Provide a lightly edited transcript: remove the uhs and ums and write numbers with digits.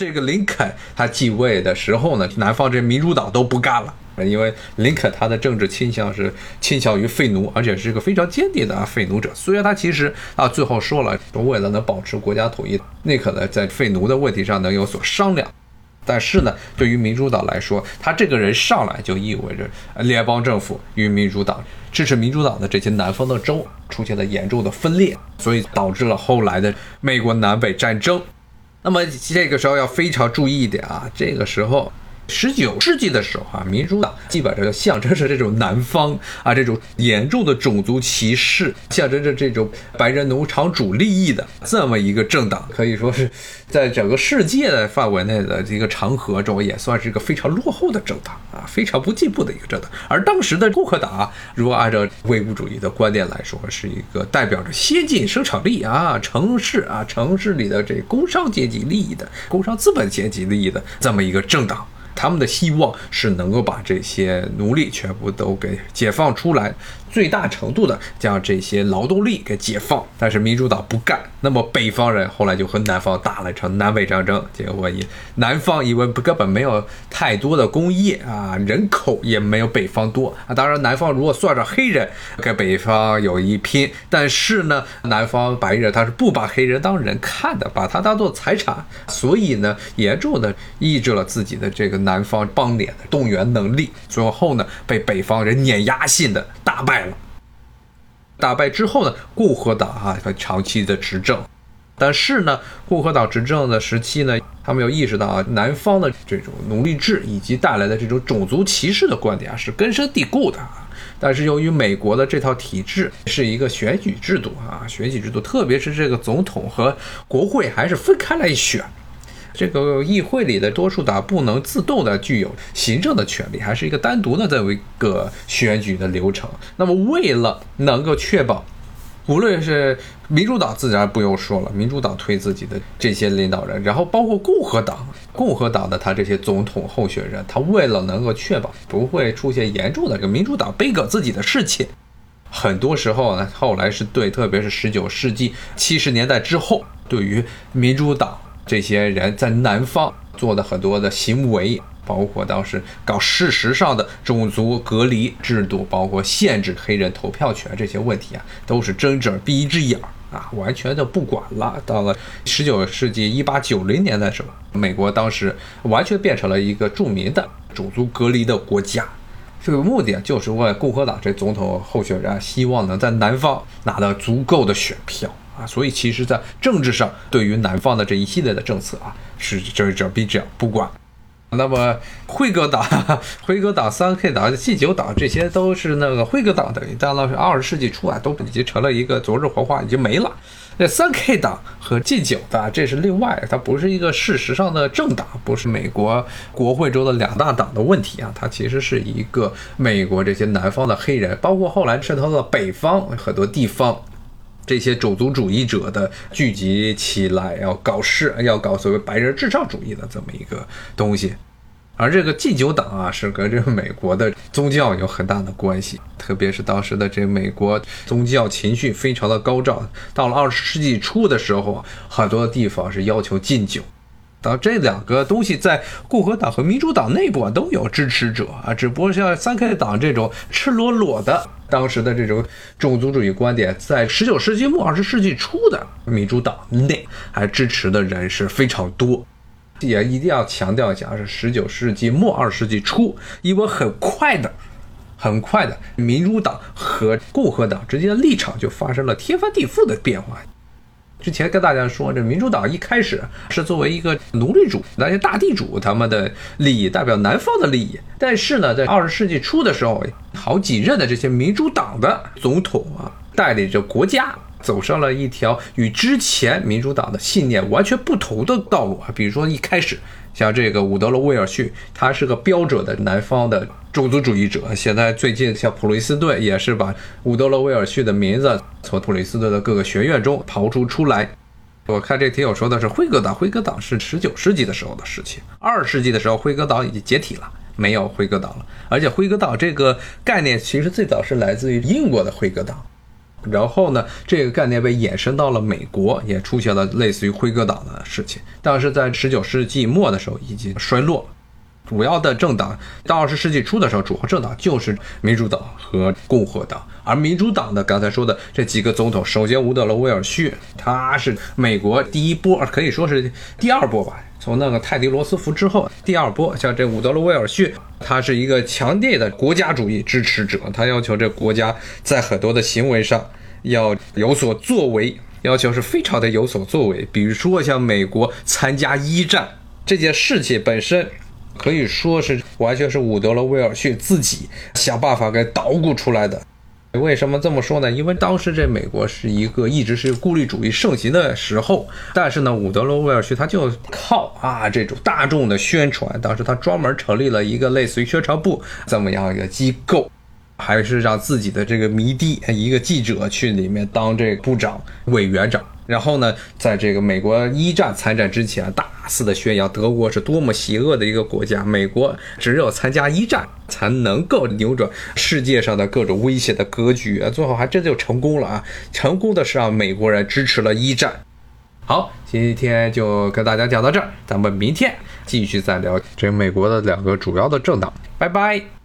这个林肯他继位的时候呢，南方这民主党都不干了，因为林肯他的政治倾向是倾向于废奴，而且是一个非常坚定的废奴者。虽然他其实最后说了，为了能保持国家统一，宁可呢在废奴的问题上能有所商量。但是呢，对于民主党来说，他这个人上来就意味着联邦政府与民主党支持民主党的这些南方的州出现了严重的分裂，所以导致了后来的美国南北战争。那么这个时候要非常注意一点啊，这个时候19世纪的时候民主党基本上就象征着这种南方这种严重的种族歧视，象征着这种白人农场主利益的这么一个政党，可以说是在整个世界的范围内的这个长河中也算是一个非常落后的政党非常不进步的一个政党。而当时的共和党如果按照唯物主义的观点来说，是一个代表着先进生产力城市里的这工商阶级利益的工商资本阶级利益的这么一个政党。他们的希望是能够把这些奴隶全部都给解放出来，最大程度的将这些劳动力给解放。但是民主党不干，那么北方人后来就和南方打了一场南北战争，结果南方因为根本没有太多的工业人口也没有北方多当然南方如果算上黑人跟北方有一拼，但是呢南方白人他是不把黑人当人看的，把他当做财产，所以呢严重的抑制了自己的这个南方邦联的动员能力，最后呢被北方人碾压性的打败了。打败之后呢，共和党长期的执政，但是呢共和党执政的时期呢，他们有意识到南方的这种奴隶制以及带来的这种种族歧视的观点是根深蒂固的但是由于美国的这套体制是一个选举制度特别是这个总统和国会还是分开来选，这个议会里的多数党不能自动的具有行政的权利，还是一个单独的这么一个选举的流程。那么为了能够确保，无论是民主党自然不用说了，民主党推自己的这些领导人，然后包括共和党的他这些总统候选人，他为了能够确保不会出现严重的这个民主党背革自己的事情，很多时候呢，后来是对，特别是19世纪70年代之后，对于民主党这些人在南方做的很多的行为，包括当时搞事实上的种族隔离制度，包括限制黑人投票权这些问题都是睁只闭一只眼完全的不管了。到了19世纪1890年的时候，美国当时完全变成了一个著名的种族隔离的国家。这个目的就是为共和党这总统候选人希望能在南方拿到足够的选票所以其实在政治上对于南方的这一系列的政策是睁只闭只眼不管。那么辉格党、3K 党、禁酒党，这些都是那个辉格党的，到了20世纪初都已经成了一个昨日黄花，已经没了。那 3K 党和禁酒党这是另外，它不是一个事实上的政党，不是美国国会中的两大党的问题它其实是一个美国这些南方的黑人，包括后来渗透到北方很多地方，这些种族主义者的聚集起来，要搞事，要搞所谓白人至上主义的这么一个东西。而这个禁酒党是跟这个美国的宗教有很大的关系，特别是当时的这美国宗教情绪非常的高涨，到了20世纪初的时候很多地方是要求禁酒。当这两个东西在共和党和民主党内部都有支持者只不过像3K 党这种赤裸裸的当时的这种种族主义观点，在19世纪末20世纪初的民主党内还支持的人是非常多。也一定要强调一下，是19世纪末20世纪初，因为很快的民主党和共和党之间的立场就发生了天翻地覆的变化。之前跟大家说，这民主党一开始是作为一个奴隶主那些大地主他们的利益，代表南方的利益，但是呢在20世纪初的时候，好几任的这些民主党的总统带领着国家走上了一条与之前民主党的信念完全不同的道路比如说一开始像这个伍德罗·威尔逊，他是个标准的南方的种族主义者，现在最近像普林斯顿也是把伍德罗·威尔逊的名字从普林斯顿的各个学院中刨出来。我看这听友说的是辉格党是19世纪的时候的事情，20世纪的时候辉格党已经解体了，没有辉格党了。而且辉格党这个概念其实最早是来自于英国的辉格党。 然后呢，这个概念被延伸到了美国，也出现了类似于辉格党的事情。但是在19世纪末的时候已经衰落了，主要的政党到20世纪初的时候，主要政党就是民主党和共和党。而民主党的刚才说的这几个总统，首先伍德罗·威尔逊，他是美国第一波，可以说是第二波吧，从那个泰迪·罗斯福之后第二波。像这伍德罗·威尔逊，他是一个强烈的国家主义支持者，他要求这国家在很多的行为上要有所作为，要求是非常的有所作为。比如说像美国参加一战这件事情本身，可以说是完全是伍德罗·威尔逊自己想办法给捣鼓出来的。为什么这么说呢？因为当时这美国是一直是孤立主义盛行的时候，但是呢，伍德罗·威尔逊他就靠这种大众的宣传，当时他专门成立了一个类似于宣传部这么样一个机构，还是让自己的这个迷弟一个记者去里面当这个部长、委员长。然后呢，在这个美国一战参战之前，大肆的宣扬德国是多么邪恶的一个国家，美国只有参加一战才能够扭转世界上的各种威胁的格局，最后还真就成功了啊！成功的是让美国人支持了一战。好，今天就跟大家讲到这儿，咱们明天继续再聊这美国的2个主要的政党，拜拜。